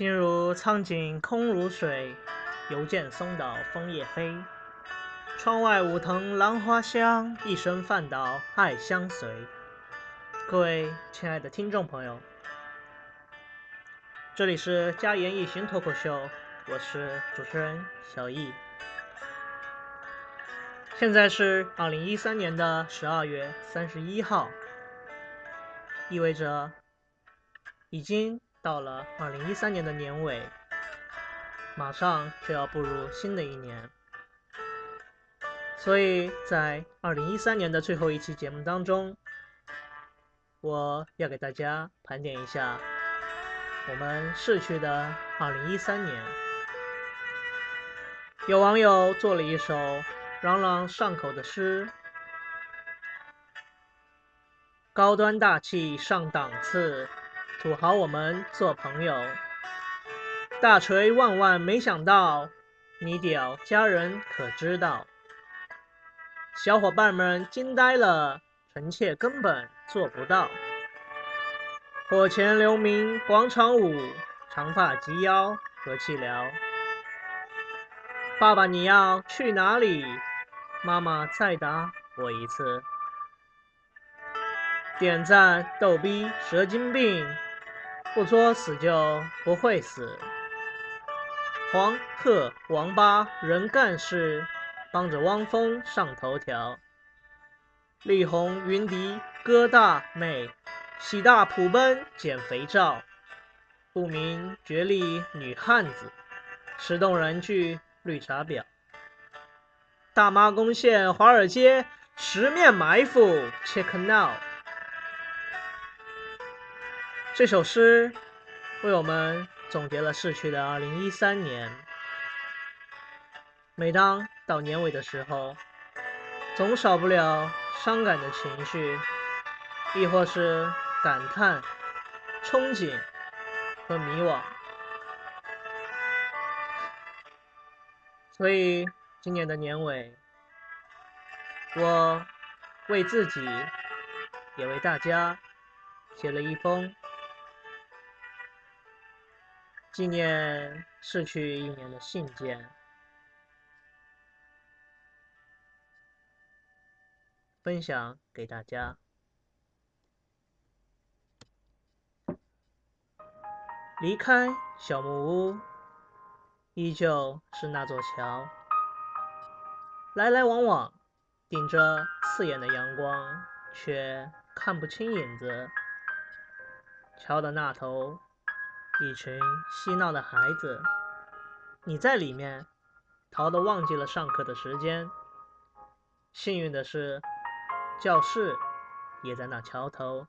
心如苍井空如水，犹见松岛枫叶飞。窗外舞藤兰花香，一生饭岛爱相随。各位亲爱的听众朋友，这里是家言一行脱口秀，我是主持人小易。现在是2013年的12月31号，意味着已经到了2013年的年尾，马上就要步入新的一年。所以在2013年的最后一期节目当中，我要给大家盘点一下我们逝去的2013年。有网友做了一首朗朗上口的诗：高端大气上档次，土豪我们做朋友，大锤万万没想到，你屌家人可知道？小伙伴们惊呆了，臣妾根本做不到。火前留名广场舞，长发及腰何其撩。爸爸你要去哪里？妈妈再打我一次。点赞逗逼蛇精病，不作死就不会死。黄鹤王八人干事，帮着汪峰上头条。力宏云迪哥大妹，喜大普奔减肥照。不明觉厉女汉子，吃动人句绿茶婊。大妈攻陷华尔街，十面埋伏 check now。 这首诗为我们总结了逝去的2013年。每当到年尾的时候，总少不了伤感的情绪，亦或是感叹、憧憬和迷惘。所以今年的年尾，我为自己也为大家写了一封纪念逝去一年的信件，分享给大家。离开小木屋，依旧是那座桥，来来往往，顶着刺眼的阳光，却看不清影子。桥的那头，一群嬉闹的孩子，你在里面，逃得忘记了上课的时间。幸运的是，教室也在那桥头。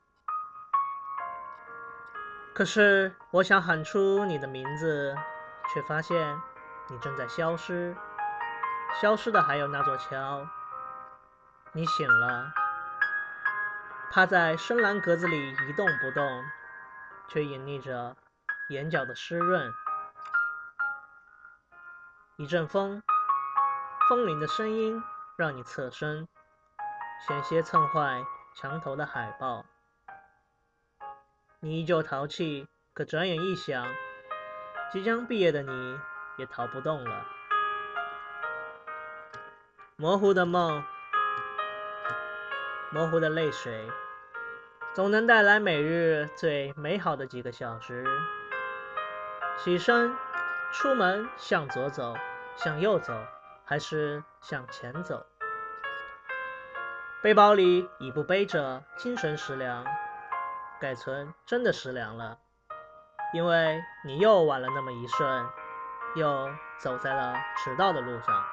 可是我想喊出你的名字，却发现你正在消失。消失的还有那座桥。你醒了，趴在深蓝格子里一动不动，却隐匿着眼角的湿润。一阵风，风铃的声音让你侧身，险些蹭坏墙头的海报。你依旧淘气，可转眼一想，即将毕业的你也逃不动了。模糊的梦，模糊的泪水，总能带来每日最美好的几个小时。起身，出门，向左走，向右走，还是向前走？背包里已不背着精神食粮，改存真的食粮了，因为你又晚了那么一瞬，又走在了迟到的路上。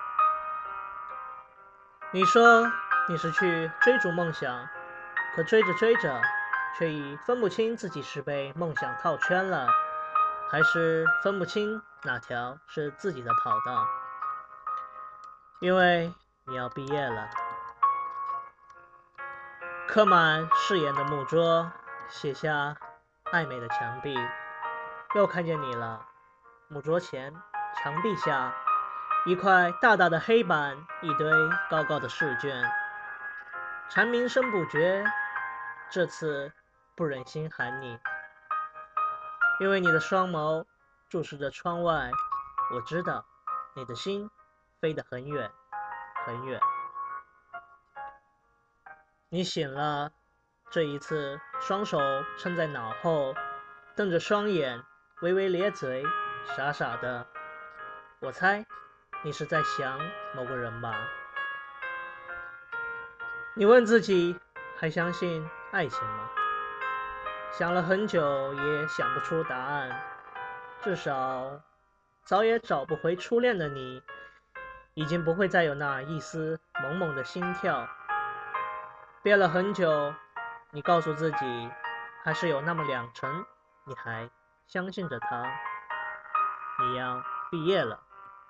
你说你是去追逐梦想，可追着追着，却已分不清自己是被梦想套圈了，还是分不清哪条是自己的跑道。因为你要毕业了。刻满誓言的木桌，写下暧昧的墙壁，又看见你了。木桌前，墙壁下，一块大大的黑板，一堆高高的试卷，蝉鸣声不绝。这次不忍心喊你，因为你的双眸注视着窗外，我知道你的心飞得很远很远。你醒了，这一次双手撑在脑后，瞪着双眼，微微咧嘴，傻傻的。我猜你是在想某个人吧？你问自己，还相信爱情吗？想了很久也想不出答案，至少早也找不回初恋的你，已经不会再有那一丝懵懵的心跳。憋了很久，你告诉自己，还是有那么2成，你还相信着他。你要毕业了，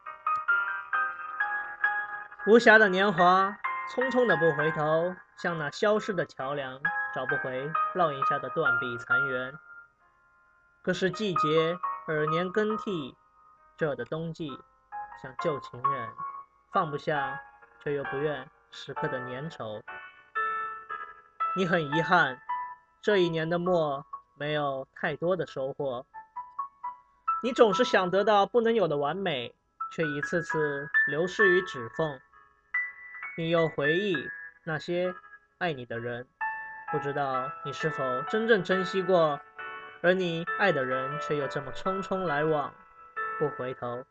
无暇的年华，匆匆的不回头，像那消失的桥梁，找不回烙印下的断壁残垣。可是季节耳年更替，这的冬季像旧情人，放不下，却又不愿时刻的粘稠。你很遗憾，这一年的末没有太多的收获。你总是想得到不能有的完美，却一次次流失于指缝。你又回忆那些爱你的人，不知道你是否真正珍惜过，而你爱的人却又这么匆匆来往，不回头。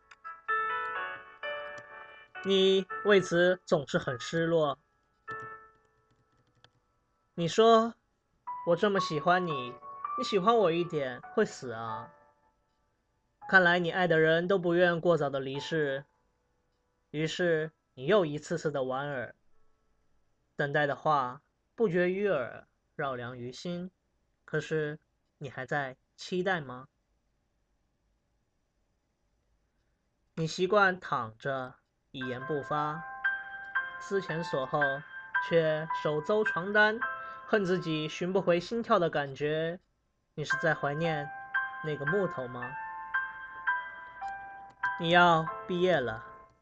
你为此总是很失落。你说我这么喜欢你，你喜欢我一点会死啊？看来你爱的人都不愿过早的离世，于是你又一次次的莞尔，等待的话不绝于耳，绕梁于心。可是你还在期待吗？你习惯躺着一言不发，思前所后，却手揪床单，恨自己寻不回心跳的感觉。你是在怀念那个木头吗？你要毕业了，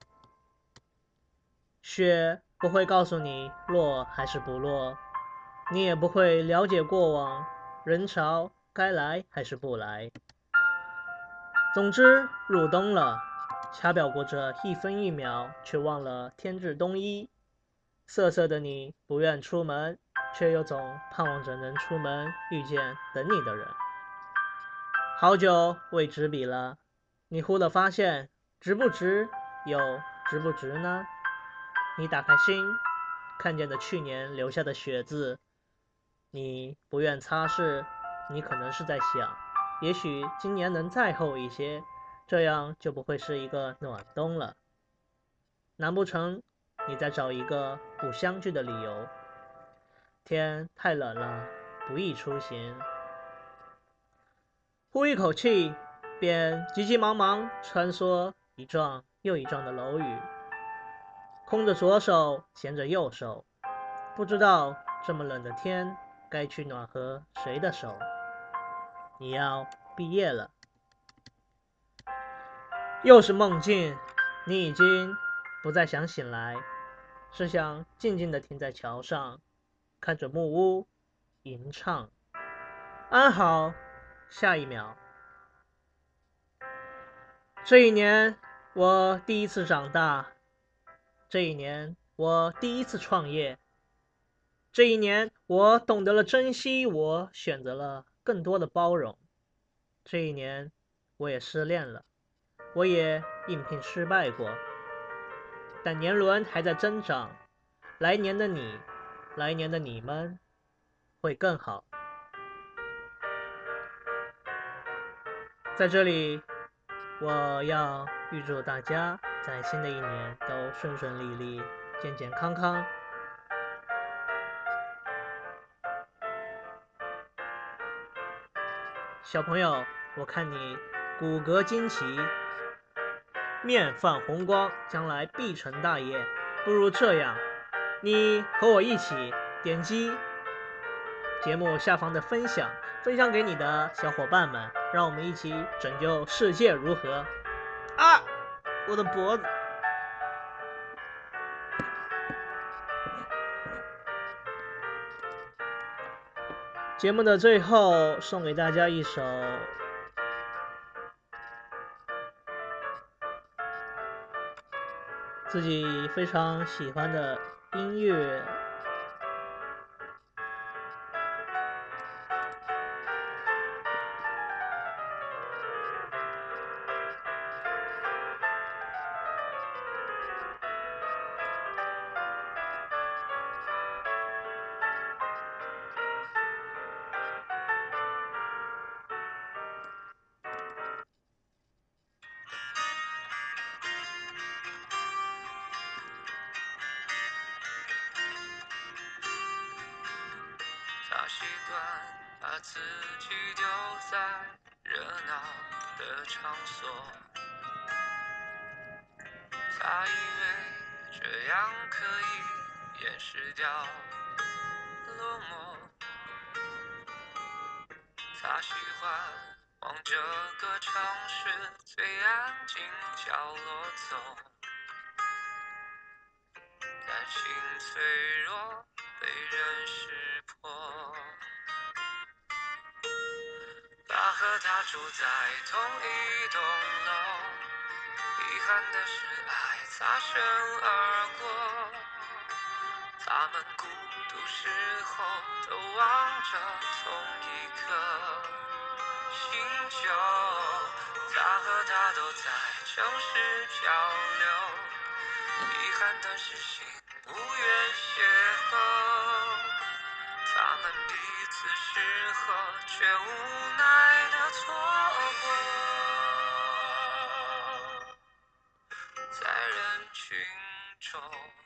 雪不会告诉你落还是不落，你也不会了解过往，人潮该来还是不来。总之入冬了，掐表过这1分1秒，却忘了天至冬衣。涩涩的你不愿出门，却又总盼望着能出门遇见等你的人。好久未执笔了，你忽地发现，值不值又值不值呢？你打开心，看见的去年留下的血字，你不愿擦拭，你可能是在想，也许今年能再厚一些，这样就不会是一个暖冬了。难不成你在找一个不相聚的理由？天太冷了，不宜出行。呼一口气，便急急忙忙穿梭一幢又一幢的楼宇，空着左手，闲着右手，不知道这么冷的天该去暖和谁的手。你要毕业了，又是梦境，你已经不再想醒来，是想静静地停在桥上，看着木屋吟唱，安好，下一秒。这一年我第一次长大，这一年我第一次创业，这一年我懂得了珍惜，我选择了更多的包容。这一年我也失恋了，我也应聘失败过，但年轮还在增长，来年的你，来年的你们会更好。在这里，我要预祝大家在新的一年都顺顺利利、健健康康。小朋友，我看你骨骼惊奇，面泛红光，将来必成大业。不如这样，你和我一起点击节目下方的分享，分享给你的小伙伴们，让我们一起拯救世界，如何？啊，我的脖子！节目的最后，送给大家一首自己非常喜欢的音乐。 他习惯把自己丢在热闹的场所，他以为这样可以掩饰掉落寞。他喜欢往这个城市最安静角落走，担心脆弱被人识破。他和她住在同一栋楼，遗憾的是爱擦身而过。他们孤独时候都望着同一颗星球，他和她都在城市漂流，遗憾的是心无缘邂逅。他们彼此适合，却无奈的错过，在人群中。